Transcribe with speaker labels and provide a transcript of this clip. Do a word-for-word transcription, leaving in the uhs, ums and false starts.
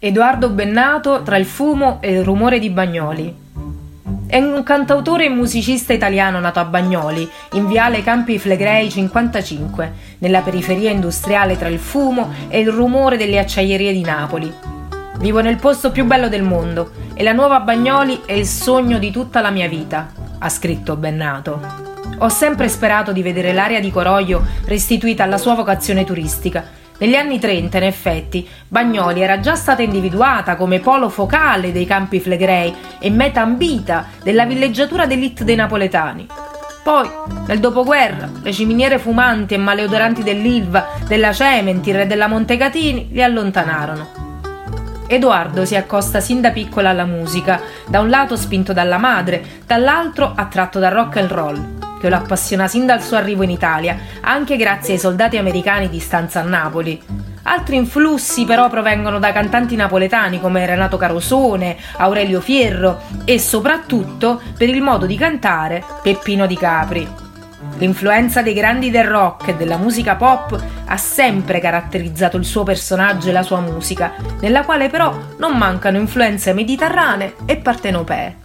Speaker 1: Edoardo Bennato tra il fumo e il rumore di Bagnoli. È un cantautore e musicista italiano nato a Bagnoli, in viale Campi Flegrei cinquantacinque, nella periferia industriale tra il fumo e il rumore delle acciaierie di Napoli. Vivo nel posto più bello del mondo e la nuova Bagnoli è il sogno di tutta la mia vita, ha scritto Bennato. Ho sempre sperato di vedere l'area di Coroglio restituita alla sua vocazione turistica. Negli anni trenta, in effetti, Bagnoli era già stata individuata come polo focale dei Campi Flegrei e meta ambita della villeggiatura d'élite dei napoletani. Poi, nel dopoguerra, le ciminiere fumanti e maleodoranti dell'Ilva, della Cementir e della Montecatini li allontanarono. Edoardo si accosta sin da piccola alla musica, da un lato spinto dalla madre, dall'altro attratto dal rock and roll, che lo appassiona sin dal suo arrivo in Italia, anche grazie ai soldati americani di stanza a Napoli. Altri influssi però provengono da cantanti napoletani come Renato Carosone, Aurelio Fierro e soprattutto, per il modo di cantare, Peppino Di Capri. L'influenza dei grandi del rock e della musica pop ha sempre caratterizzato il suo personaggio e la sua musica, nella quale però non mancano influenze mediterranee e partenopee.